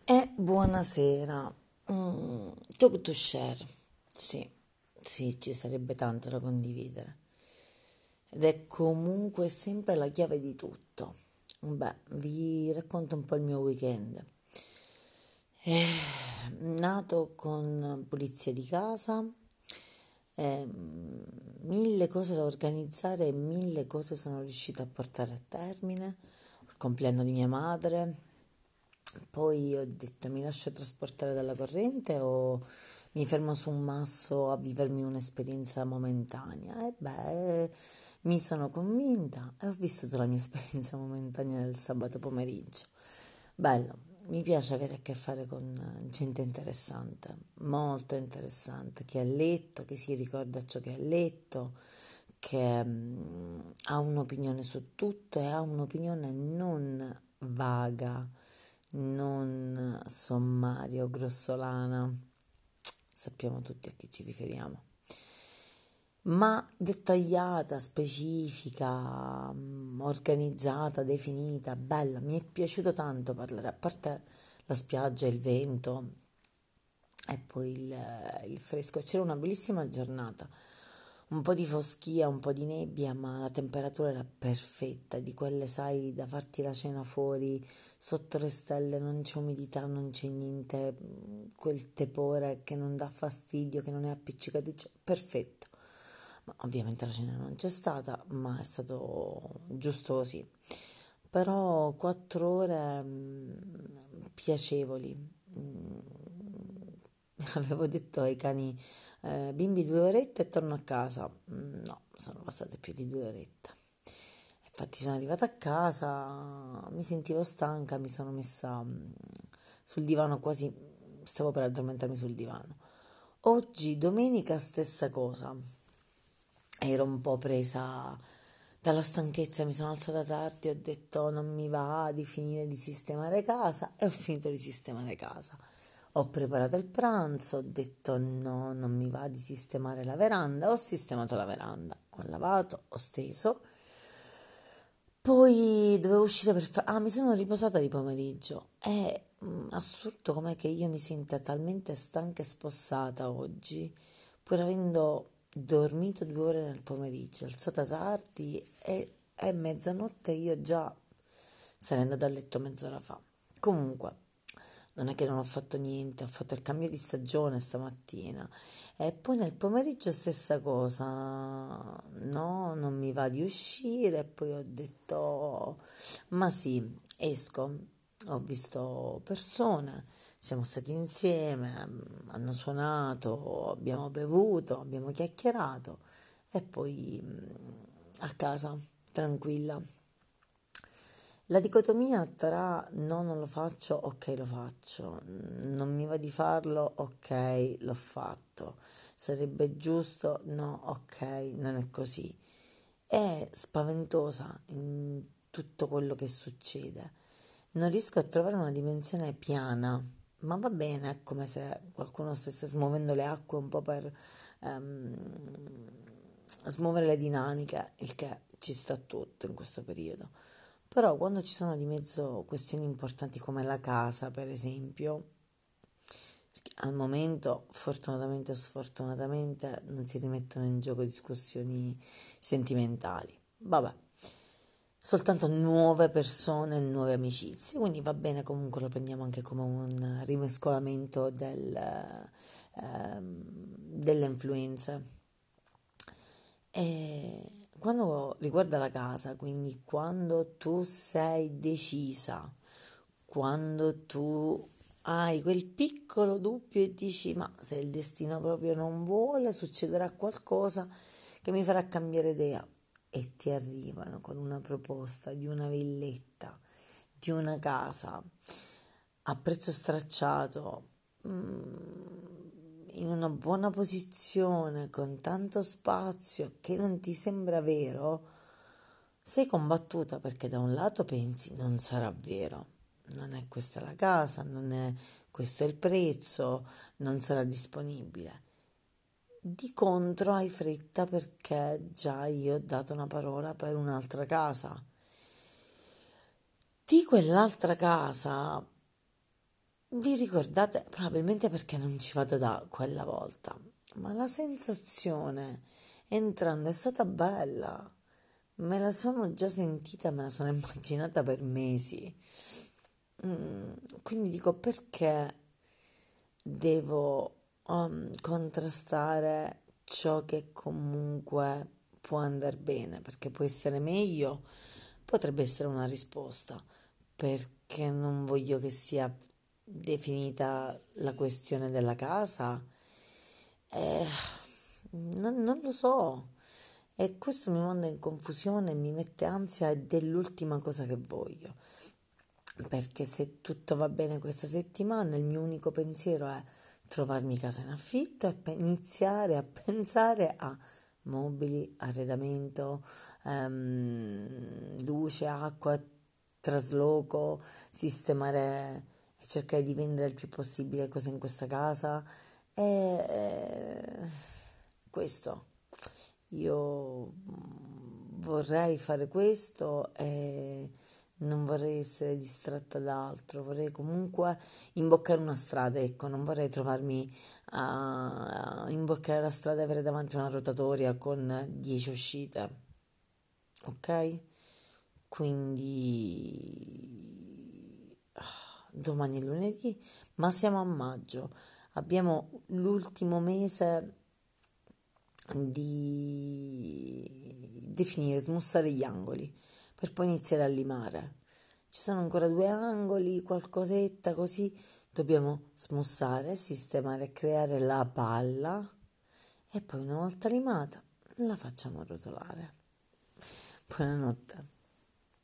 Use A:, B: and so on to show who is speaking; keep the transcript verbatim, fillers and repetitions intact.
A: E buonasera. Mm, talk to share. Sì, sì, ci sarebbe tanto da condividere. Ed è comunque sempre la chiave di tutto. Beh, vi racconto un po' il mio weekend. È nato con pulizia di casa, ehm, mille cose da organizzare e mille cose sono riuscita a portare a termine. Il compleanno di mia madre, poi ho detto mi lascio trasportare dalla corrente o mi fermo su un masso a vivermi un'esperienza momentanea. E beh, mi sono convinta e ho vissuto la mia esperienza momentanea nel sabato pomeriggio. Bello, mi piace avere a che fare con gente interessante, molto interessante, che ha letto, che si ricorda ciò che ha letto, che mm, ha un'opinione su tutto e ha un'opinione non vaga, non sommaria o grossolana, sappiamo tutti a chi ci riferiamo, ma dettagliata, specifica, mm, organizzata, definita, bella. Mi è piaciuto tanto parlare, a parte la spiaggia, il vento e poi il, il fresco. C'era una bellissima giornata, un po' di foschia, un po' di nebbia, ma la temperatura era perfetta, di quelle, sai, da farti la cena fuori, sotto le stelle, non c'è umidità, non c'è niente, mm, quel tepore che non dà fastidio, che non è appiccicaticcio, perfetto. Ma ovviamente la cena non c'è stata, ma è stato giusto così. Però quattro ore mm, piacevoli. Mm, Avevo detto ai cani, eh, bimbi due orette e torno a casa. Mm, No, sono passate più di due orette. Infatti sono arrivata a casa, mi sentivo stanca, mi sono messa mm, sul divano quasi, stavo per addormentarmi sul divano. Oggi, domenica, stessa cosa. Ero un po' presa dalla stanchezza, mi sono alzata tardi, ho detto non mi va di finire di sistemare casa e ho finito di sistemare casa. Ho preparato il pranzo, ho detto no, non mi va di sistemare la veranda, ho sistemato la veranda, ho lavato, ho steso. Poi dovevo uscire per fare... Ah, mi sono riposata di pomeriggio. È mm, assurdo com'è che io mi senta talmente stanca e spossata oggi, pur avendo dormito due ore nel pomeriggio, alzata tardi e è mezzanotte e io già sarei andata a letto mezz'ora fa. Comunque, non è che non ho fatto niente, ho fatto il cambio di stagione stamattina e poi nel pomeriggio stessa cosa, no, non mi va di uscire, e poi ho detto, ma sì, esco, ho visto persone, siamo stati insieme, mm, hanno suonato, abbiamo bevuto, abbiamo chiacchierato e poi mm, a casa, tranquilla. La dicotomia tra no, non lo faccio, ok, lo faccio, non mi va di farlo, ok, l'ho fatto, sarebbe giusto, no, ok, non è così. È spaventosa in tutto quello che succede. Non riesco a trovare una dimensione piana, ma va bene, è come se qualcuno stesse smuovendo le acque un po' per ehm, smuovere le dinamiche, il che ci sta tutto in questo periodo. Però quando ci sono di mezzo questioni importanti come la casa, per esempio, perché al momento, fortunatamente o sfortunatamente, non si rimettono in gioco discussioni sentimentali. Vabbè, soltanto nuove persone, nuove amicizie, quindi va bene, comunque lo prendiamo anche come un rimescolamento del, ehm, delle influenze. E quando riguarda la casa, quindi quando tu sei decisa, quando tu hai quel piccolo dubbio e dici ma se il destino proprio non vuole, succederà qualcosa che mi farà cambiare idea e ti arrivano con una proposta di una villetta, di una casa a prezzo stracciato, mm, in una buona posizione, con tanto spazio, che non ti sembra vero, sei combattuta perché da un lato pensi non sarà vero, non è questa la casa, non è questo è il prezzo, non sarà disponibile. Di contro hai fretta perché già io ho dato una parola per un'altra casa. Di quell'altra casa vi ricordate, probabilmente perché non ci vado da quella volta, ma la sensazione entrando è stata bella, me la sono già sentita, me la sono immaginata per mesi. Mm, quindi dico perché devo um, contrastare ciò che comunque può andare bene, perché può essere meglio, potrebbe essere una risposta, perché non voglio che sia definita la questione della casa. Eh, non, non lo so. E questo mi manda in confusione, mi mette ansia ed è l'ultima cosa che voglio. Perché se tutto va bene questa settimana, il mio unico pensiero è trovarmi casa in affitto e pe- iniziare a pensare a mobili, arredamento, ehm, luce, acqua, trasloco, sistemare e cercare di vendere il più possibile cose in questa casa. E eh, questo, io mm, vorrei fare questo e non vorrei essere distratta da altro, vorrei comunque imboccare una strada, ecco, non vorrei trovarmi a imboccare la strada e avere davanti una rotatoria con dieci uscite, ok? Quindi ah, domani è lunedì, ma siamo a maggio, abbiamo l'ultimo mese di definire, smussare gli angoli per poi iniziare a limare. Ci sono ancora due angoli, qualcosetta così, dobbiamo smussare, sistemare, creare la palla e poi una volta limata la facciamo rotolare. Buonanotte.